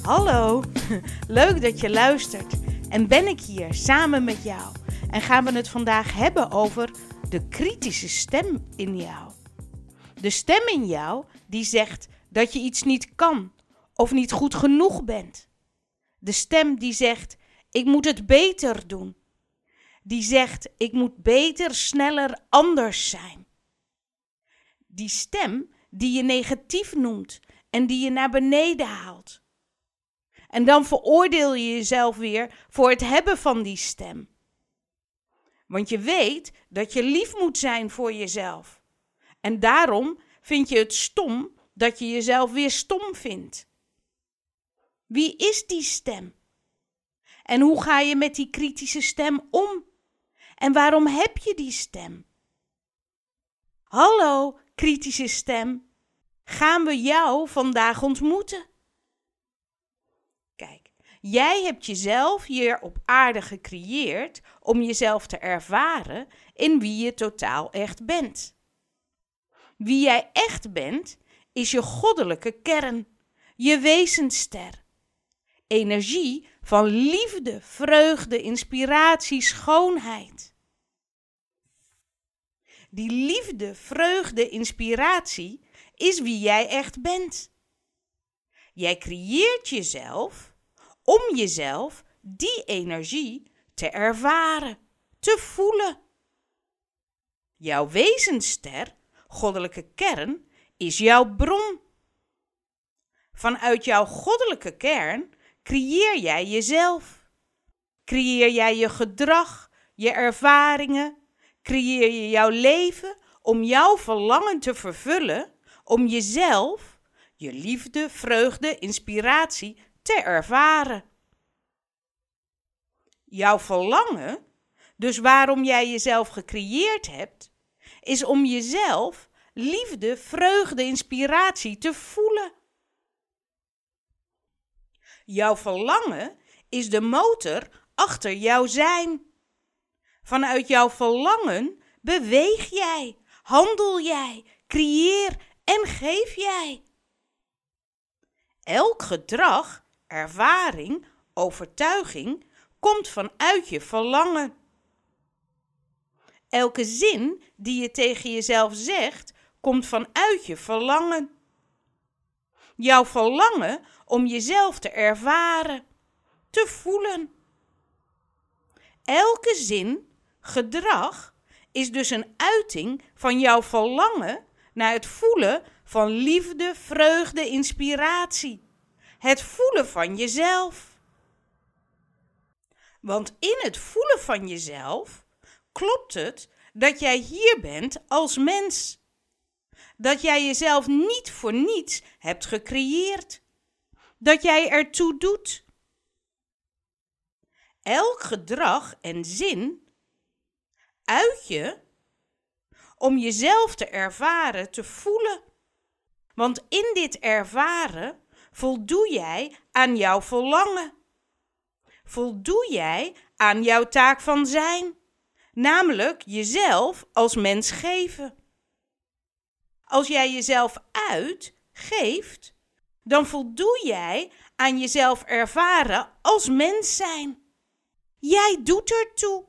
Hallo, leuk dat je luistert en ben ik hier samen met jou en gaan we het vandaag hebben over de kritische stem in jou. De stem in jou die zegt dat je iets niet kan of niet goed genoeg bent. De stem die zegt ik moet het beter doen. Die zegt ik moet beter, sneller, anders zijn. Die stem die je negatief noemt en die je naar beneden haalt. En dan veroordeel je jezelf weer voor het hebben van die stem. Want je weet dat je lief moet zijn voor jezelf. En daarom vind je het stom dat je jezelf weer stom vindt. Wie is die stem? En hoe ga je met die kritische stem om? En waarom heb je die stem? Hallo, kritische stem. Gaan we jou vandaag ontmoeten? Kijk, jij hebt jezelf hier op aarde gecreëerd om jezelf te ervaren in wie je totaal echt bent. Wie jij echt bent, is je goddelijke kern, je wezensster. Energie van liefde, vreugde, inspiratie, schoonheid. Die liefde, vreugde, inspiratie is wie jij echt bent. Jij creëert jezelf om jezelf die energie te ervaren, te voelen. Jouw wezensster, goddelijke kern, is jouw bron. Vanuit jouw goddelijke kern creëer jij jezelf. Creëer jij je gedrag, je ervaringen, creëer je jouw leven om jouw verlangen te vervullen, om jezelf, je liefde, vreugde, inspiratie te ervaren. Jouw verlangen, dus waarom jij jezelf gecreëerd hebt, is om jezelf liefde, vreugde, inspiratie te voelen. Jouw verlangen is de motor achter jouw zijn. Vanuit jouw verlangen beweeg jij, handel jij, creëer en geef jij. Elk gedrag, ervaring, overtuiging komt vanuit je verlangen. Elke zin die je tegen jezelf zegt, komt vanuit je verlangen. Jouw verlangen om jezelf te ervaren, te voelen. Elke zin, gedrag, is dus een uiting van jouw verlangen naar het voelen van liefde, vreugde, inspiratie. Het voelen van jezelf. Want in het voelen van jezelf klopt het dat jij hier bent als mens. Dat jij jezelf niet voor niets hebt gecreëerd. Dat jij ertoe doet. Elk gedrag en zin uit je om jezelf te ervaren, te voelen. Want in dit ervaren voldoe jij aan jouw verlangen. Voldoe jij aan jouw taak van zijn, namelijk jezelf als mens geven. Als jij jezelf geeft, dan voldoe jij aan jezelf ervaren als mens zijn. Jij doet ertoe.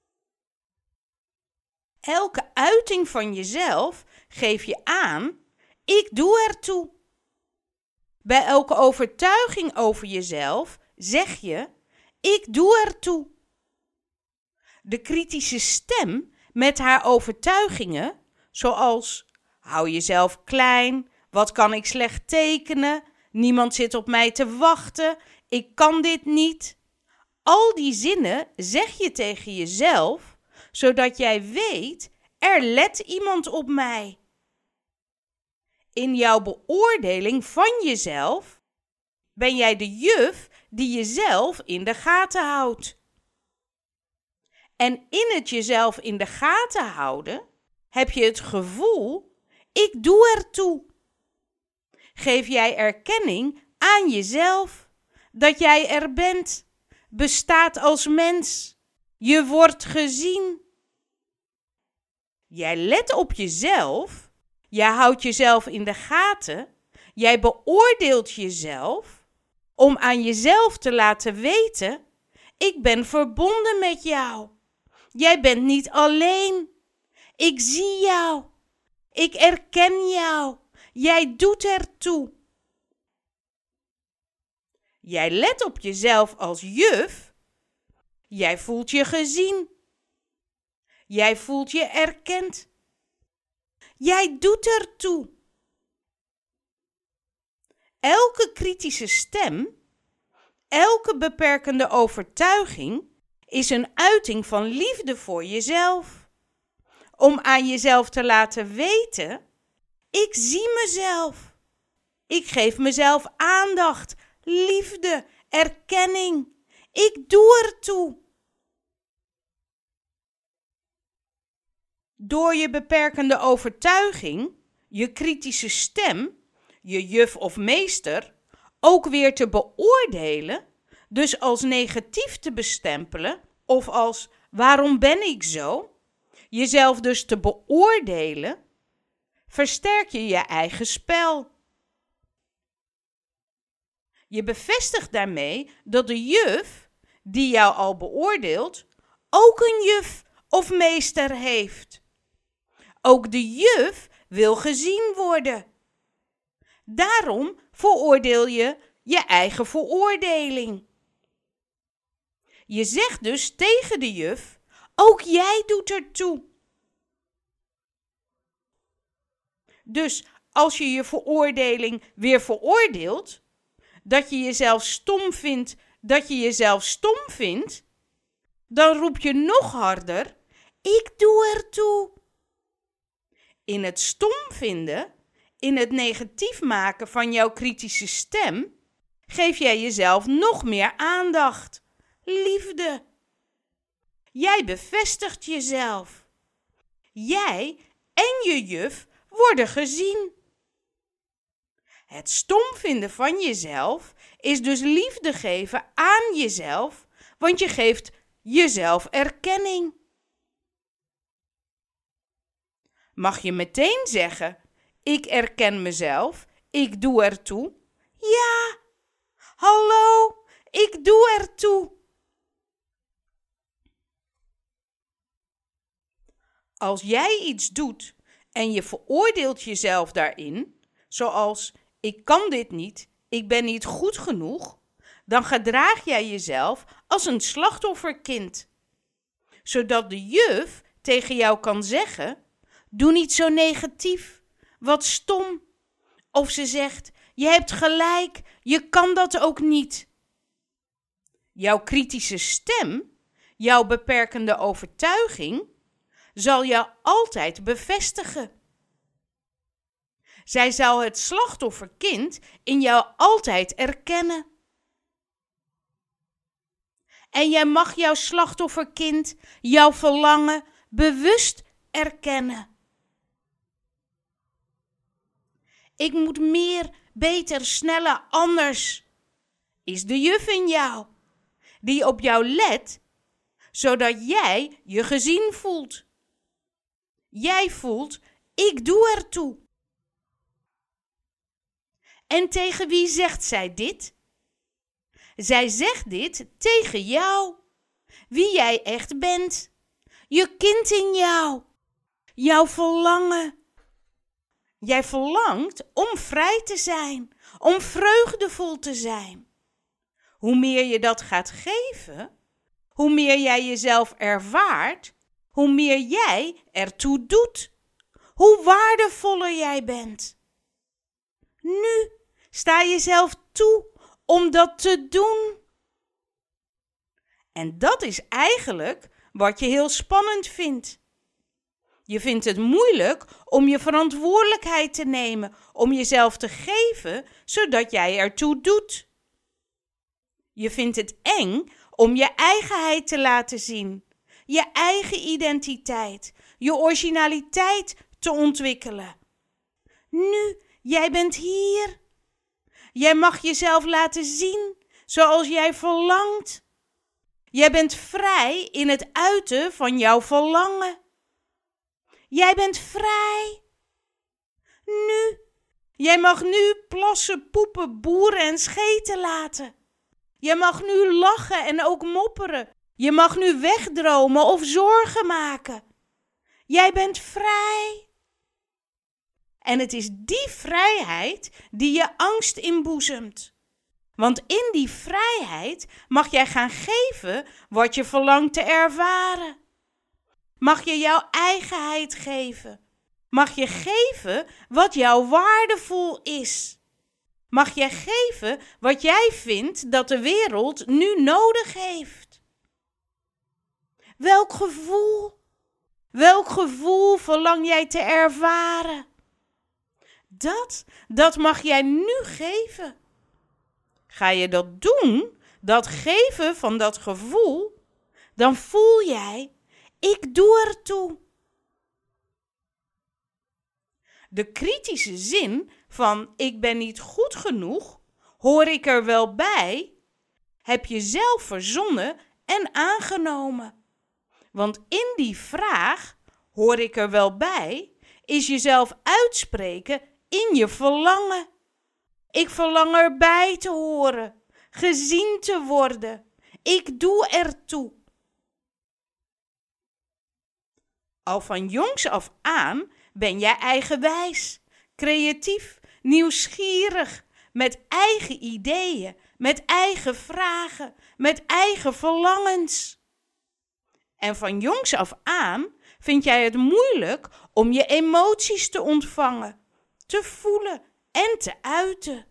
Elke uiting van jezelf geef je aan, ik doe ertoe. Bij elke overtuiging over jezelf zeg je, ik doe ertoe. De kritische stem met haar overtuigingen, zoals hou jezelf klein, wat kan ik slecht tekenen, niemand zit op mij te wachten, ik kan dit niet. Al die zinnen zeg je tegen jezelf, zodat jij weet, er let iemand op mij. In jouw beoordeling van jezelf ben jij de juf die jezelf in de gaten houdt. En in het jezelf in de gaten houden heb je het gevoel, ik doe ertoe. Geef jij erkenning aan jezelf, dat jij er bent, bestaat als mens, je wordt gezien. Jij let op jezelf, jij houdt jezelf in de gaten, jij beoordeelt jezelf Om aan jezelf te laten weten, ik ben verbonden met jou. Jij bent niet alleen. Ik zie jou. Ik erken jou. Jij doet ertoe. Jij let op jezelf als juf. Jij voelt je gezien. Jij voelt je erkend. Jij doet ertoe. Elke kritische stem, elke beperkende overtuiging is een uiting van liefde voor jezelf. Om aan jezelf te laten weten, ik zie mezelf. Ik geef mezelf aandacht, liefde, erkenning. Ik doe ertoe. Door je beperkende overtuiging, je kritische stem, je juf of meester, ook weer te beoordelen, dus als negatief te bestempelen of als waarom ben ik zo, jezelf dus te beoordelen, versterk je je eigen spel. Je bevestigt daarmee dat de juf, die jou al beoordeelt, ook een juf of meester heeft. Ook de juf wil gezien worden. Daarom veroordeel je je eigen veroordeling. Je zegt dus tegen de juf, ook jij doet ertoe. Dus als je je veroordeling weer veroordeelt, dat je jezelf stom vindt, dan roep je nog harder, ik doe ertoe. In het stom vinden, in het negatief maken van jouw kritische stem, geef jij jezelf nog meer aandacht, liefde. Jij bevestigt jezelf. Jij en je juf worden gezien. Het stom vinden van jezelf is dus liefde geven aan jezelf, want je geeft jezelf erkenning. Mag je meteen zeggen, ik erken mezelf, ik doe ertoe? Ja, hallo, ik doe ertoe. Als jij iets doet en je veroordeelt jezelf daarin, zoals ik kan dit niet, ik ben niet goed genoeg, dan gedraag jij jezelf als een slachtofferkind. Zodat de juf tegen jou kan zeggen, doe niet zo negatief, wat stom. Of ze zegt, je hebt gelijk, je kan dat ook niet. Jouw kritische stem, jouw beperkende overtuiging, zal jou altijd bevestigen. Zij zal het slachtofferkind in jou altijd erkennen. En jij mag jouw slachtofferkind, jouw verlangen, bewust erkennen. Ik moet meer, beter, sneller, anders. Is de juf in jou, die op jou let, zodat jij je gezien voelt. Jij voelt, ik doe ertoe. En tegen wie zegt zij dit? Zij zegt dit tegen jou, wie jij echt bent. Je kind in jou, jouw verlangen. Jij verlangt om vrij te zijn, om vreugdevol te zijn. Hoe meer je dat gaat geven, hoe meer jij jezelf ervaart, hoe meer jij ertoe doet. Hoe waardevoller jij bent. Nu sta jezelf toe om dat te doen. En dat is eigenlijk wat je heel spannend vindt. Je vindt het moeilijk om je verantwoordelijkheid te nemen, om jezelf te geven, zodat jij ertoe doet. Je vindt het eng om je eigenheid te laten zien, je eigen identiteit, je originaliteit te ontwikkelen. Nu, jij bent hier. Jij mag jezelf laten zien zoals jij verlangt. Jij bent vrij in het uiten van jouw verlangen. Jij bent vrij. Nu, Jij mag nu plassen, poepen, boeren en scheten laten. Je mag nu lachen en ook mopperen. Je mag nu wegdromen of zorgen maken. Jij bent vrij. En het is die vrijheid die je angst inboezemt. Want in die vrijheid mag jij gaan geven wat je verlangt te ervaren. Mag je jouw eigenheid geven. Mag je geven wat jou waardevol is. Mag jij geven wat jij vindt dat de wereld nu nodig heeft. Welk gevoel verlang jij te ervaren? Dat mag jij nu geven. Ga je dat doen, dat geven van dat gevoel, dan voel jij, ik doe ertoe. De kritische zin van ik ben niet goed genoeg, hoor ik er wel bij, heb je zelf verzonnen en aangenomen. Want in die vraag, hoor ik er wel bij, is jezelf uitspreken in je verlangen. Ik verlang erbij te horen, gezien te worden. Ik doe ertoe. Al van jongs af aan ben jij eigenwijs, creatief, nieuwsgierig, met eigen ideeën, met eigen vragen, met eigen verlangens. En van jongs af aan vind jij het moeilijk om je emoties te ontvangen, te voelen en te uiten.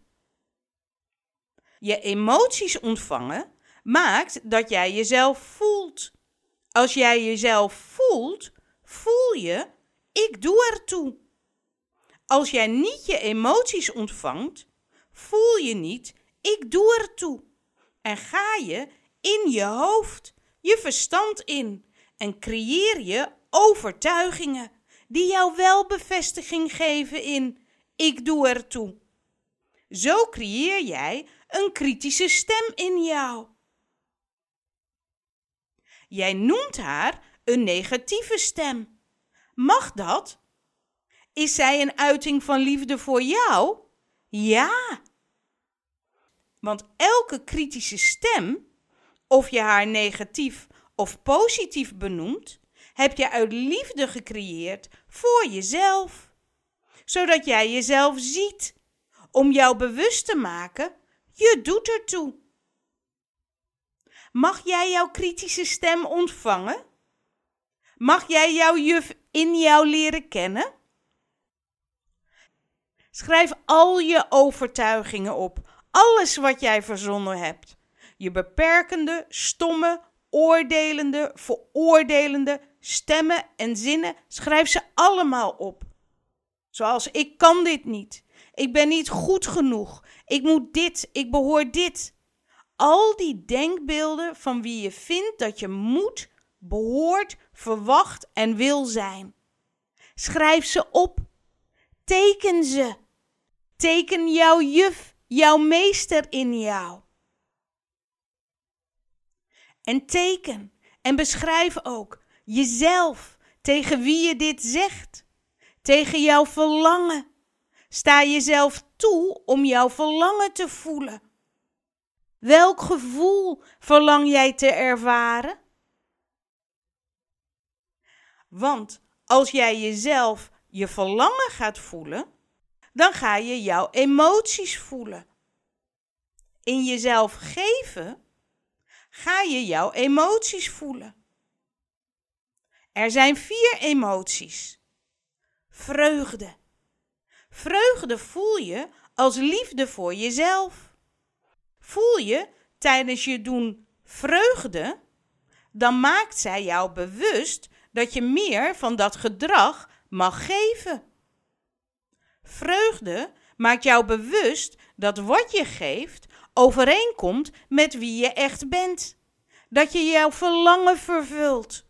Je emoties ontvangen maakt dat jij jezelf voelt. Als jij jezelf voelt, voel je, ik doe ertoe. Als jij niet je emoties ontvangt, voel je niet, ik doe ertoe. En ga je in je hoofd, je verstand in en creëer je overtuigingen die jou wel bevestiging geven in, ik doe ertoe. Zo creëer jij een kritische stem in jou. Jij noemt haar een negatieve stem. Mag dat? Is zij een uiting van liefde voor jou? Ja. Want elke kritische stem, of je haar negatief of positief benoemt, heb je uit liefde gecreëerd voor jezelf. Zodat jij jezelf ziet, om jou bewust te maken, je doet ertoe. Mag jij jouw kritische stem ontvangen? Mag jij jouw juf in jou leren kennen? Schrijf al je overtuigingen op, alles wat jij verzonnen hebt. Je beperkende, stomme, oordelende, veroordelende stemmen en zinnen, schrijf ze allemaal op. Zoals ik kan dit niet, ik ben niet goed genoeg, ik moet dit, ik behoor dit. Al die denkbeelden van wie je vindt dat je moet, behoort, verwacht en wil zijn. Schrijf ze op. Teken ze. Teken jouw juf, jouw meester in jou. En teken en beschrijf ook jezelf, tegen wie je dit zegt. Tegen jouw verlangen. Sta jezelf toe om jouw verlangen te voelen. Welk gevoel verlang jij te ervaren? Want als jij jezelf je verlangen gaat voelen, dan ga je jouw emoties voelen. In jezelf geven, ga je jouw emoties voelen. Er zijn 4 emoties. Vreugde. Vreugde voel je als liefde voor jezelf. Voel je tijdens je doen vreugde, dan maakt zij jou bewust dat je meer van dat gedrag mag geven. Vreugde maakt jou bewust dat wat je geeft overeenkomt met wie je echt bent. Dat je jouw verlangen vervult.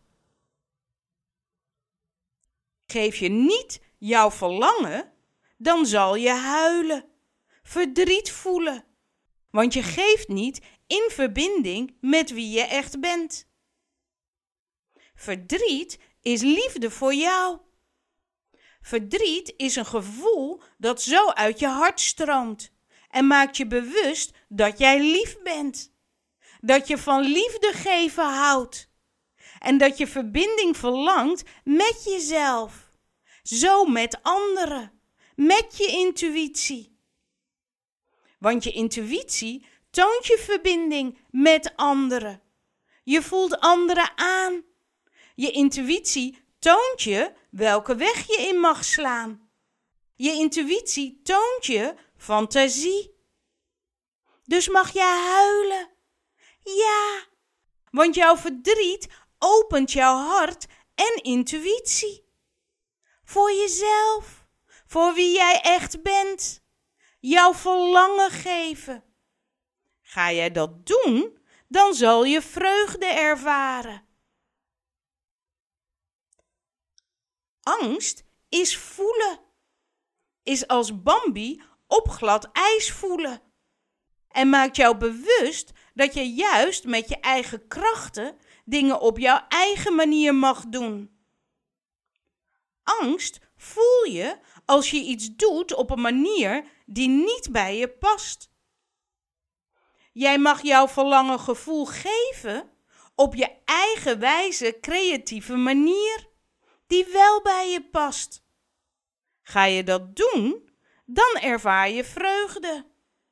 Geef je niet jouw verlangen, dan zal je huilen, verdriet voelen. Want je geeft niet in verbinding met wie je echt bent. Verdriet is liefde voor jou. Verdriet is een gevoel dat zo uit je hart stroomt en maakt je bewust dat jij lief bent. Dat je van liefde geven houdt en dat je verbinding verlangt met jezelf. Zo met anderen, met je intuïtie. Want je intuïtie toont je verbinding met anderen. Je voelt anderen aan. Je intuïtie toont je welke weg je in mag slaan. Je intuïtie toont je fantasie. Dus mag jij huilen? Ja, want jouw verdriet opent jouw hart en intuïtie. Voor jezelf, voor wie jij echt bent. Jouw verlangen geven. Ga jij dat doen, dan zal je vreugde ervaren. Angst is voelen. Is als Bambi op glad ijs voelen. En maakt jou bewust dat je juist met je eigen krachten dingen op jouw eigen manier mag doen. Angst voel je als je iets doet op een manier die niet bij je past. Jij mag jouw verlangen gevoel geven op je eigen wijze, creatieve manier, die wel bij je past. Ga je dat doen, dan ervaar je vreugde.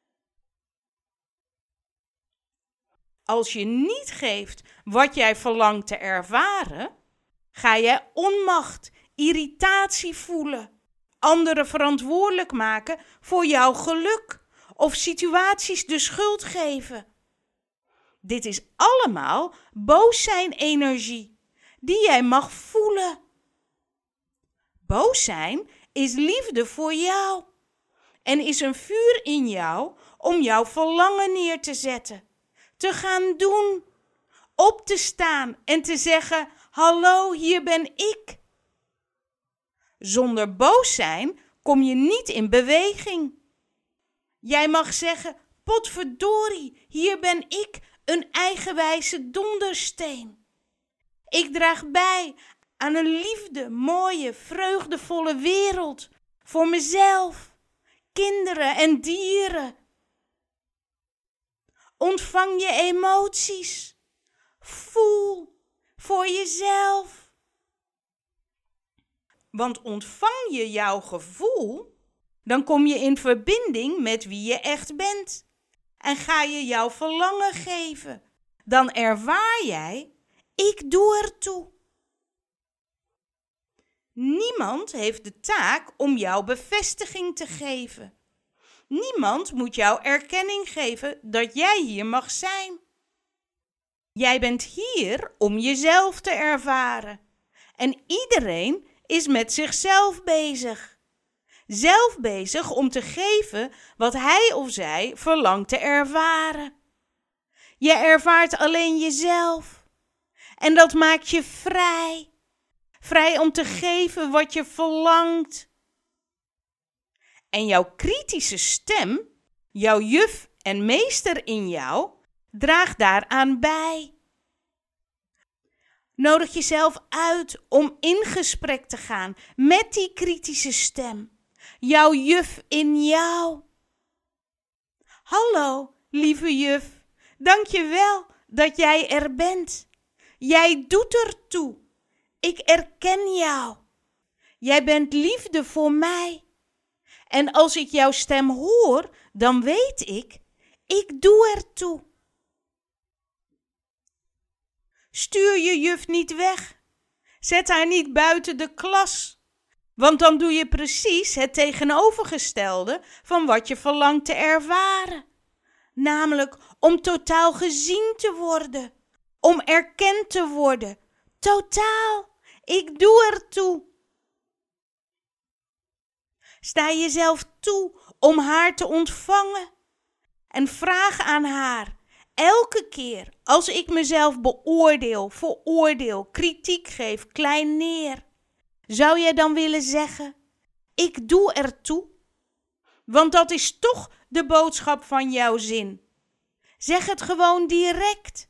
Als je niet geeft wat jij verlangt te ervaren, ga jij onmacht, irritatie voelen, anderen verantwoordelijk maken voor jouw geluk of situaties de schuld geven. Dit is allemaal boos zijn energie die jij mag voelen. Boos zijn is liefde voor jou en is een vuur in jou om jouw verlangen neer te zetten, te gaan doen, op te staan en te zeggen: hallo, hier ben ik. Zonder boos zijn kom je niet in beweging. Jij mag zeggen: potverdorie, hier ben ik, een eigenwijze dondersteen. Ik draag bij aan een liefde, mooie, vreugdevolle wereld voor mezelf, kinderen en dieren. Ontvang je emoties. Voel voor jezelf. Want ontvang je jouw gevoel, dan kom je in verbinding met wie je echt bent. En ga je jouw verlangen geven. Dan ervaar jij: ik doe ertoe. Niemand heeft de taak om jou bevestiging te geven. Niemand moet jou erkenning geven dat jij hier mag zijn. Jij bent hier om jezelf te ervaren. En iedereen is met zichzelf bezig. Zelf bezig om te geven wat hij of zij verlangt te ervaren. Je ervaart alleen jezelf. En dat maakt je vrij. Vrij om te geven wat je verlangt. En jouw kritische stem, jouw juf en meester in jou, draagt daaraan bij. Nodig jezelf uit om in gesprek te gaan met die kritische stem. Jouw juf in jou. Hallo, lieve juf. Dank je wel dat jij er bent. Jij doet ertoe. Ik erken jou. Jij bent liefde voor mij. En als ik jouw stem hoor, dan weet ik doe ertoe. Stuur je juf niet weg. Zet haar niet buiten de klas. Want dan doe je precies het tegenovergestelde van wat je verlangt te ervaren. Namelijk om totaal gezien te worden. Om erkend te worden. Totaal. Ik doe ertoe. Sta jezelf toe om haar te ontvangen. En vraag aan haar, elke keer als ik mezelf beoordeel, veroordeel, kritiek geef, kleineer, zou jij dan willen zeggen: ik doe ertoe? Want dat is toch de boodschap van jouw zin. Zeg het gewoon direct.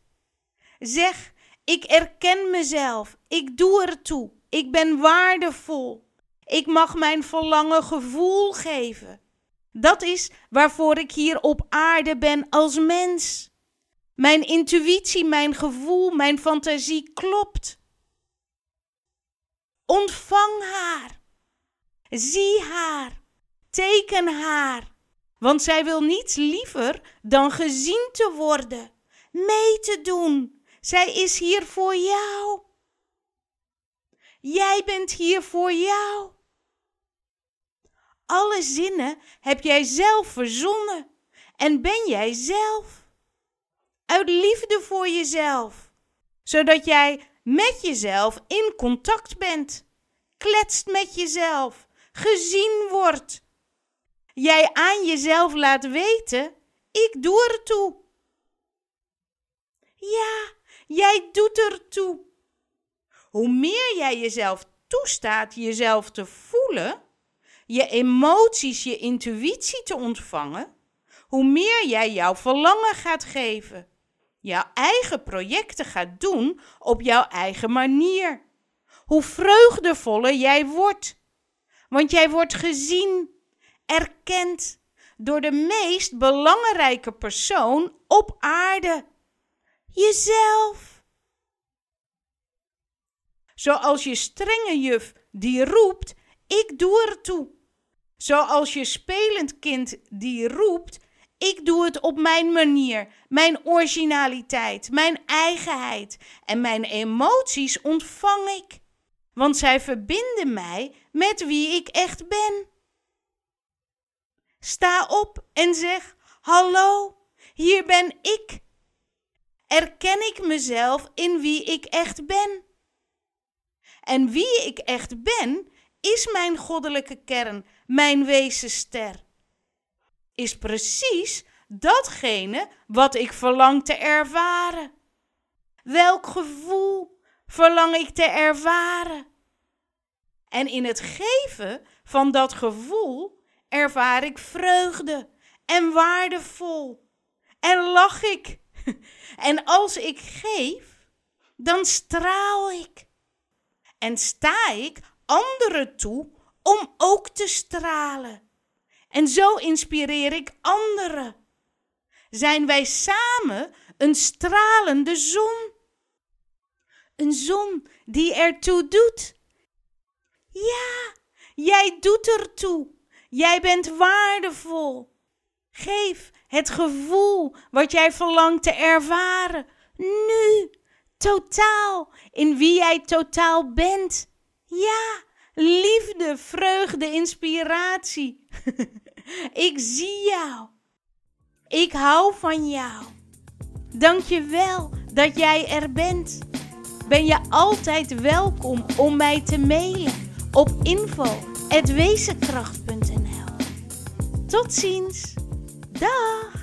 Zeg: ik erken mezelf, ik doe ertoe, ik ben waardevol, Ik mag mijn verlangen gevoel geven. Dat is waarvoor ik hier op aarde ben als mens. Mijn intuïtie, mijn gevoel, mijn fantasie klopt. Ontvang haar. Zie haar. Teken haar. Want zij wil niets liever dan gezien te worden. Mee te doen. Zij is hier voor jou. Jij bent hier voor jou. Alle zinnen heb jij zelf verzonnen en ben jij zelf. Uit liefde voor jezelf, zodat jij met jezelf in contact bent, kletst met jezelf, gezien wordt. Jij aan jezelf laat weten, ik doe ertoe. Ja, jij doet ertoe. Hoe meer jij jezelf toestaat jezelf te voelen, je emoties, je intuïtie te ontvangen, hoe meer jij jouw verlangen gaat geven. Jouw eigen projecten gaat doen op jouw eigen manier. Hoe vreugdevoller jij wordt. Want jij wordt gezien, erkend door de meest belangrijke persoon op aarde. Jezelf. Zoals je strenge juf die roept, ik doe ertoe. Zoals je spelend kind die roept, ik doe het op mijn manier, mijn originaliteit, mijn eigenheid en mijn emoties ontvang ik. Want zij verbinden mij met wie ik echt ben. Sta op en zeg, hallo, hier ben ik. Erken ik mezelf in wie ik echt ben. En wie ik echt ben, is mijn goddelijke kern, mijn wezenster. Is precies datgene wat ik verlang te ervaren. Welk gevoel verlang ik te ervaren? En in het geven van dat gevoel ervaar ik vreugde en waardevol. En lach ik. En als ik geef, dan straal ik. En sta ik anderen toe om ook te stralen. En zo inspireer ik anderen. Zijn wij samen een stralende zon. Een zon die ertoe doet. Ja, jij doet ertoe. Jij bent waardevol. Geef het gevoel wat jij verlangt te ervaren. Nu, totaal, in wie jij totaal bent. Ja, liefde, vreugde, inspiratie. Ik zie jou. Ik hou van jou. Dank je wel dat jij er bent. Ben je altijd welkom om mij te mailen op info@wezenkracht.nl. Tot ziens. Dag.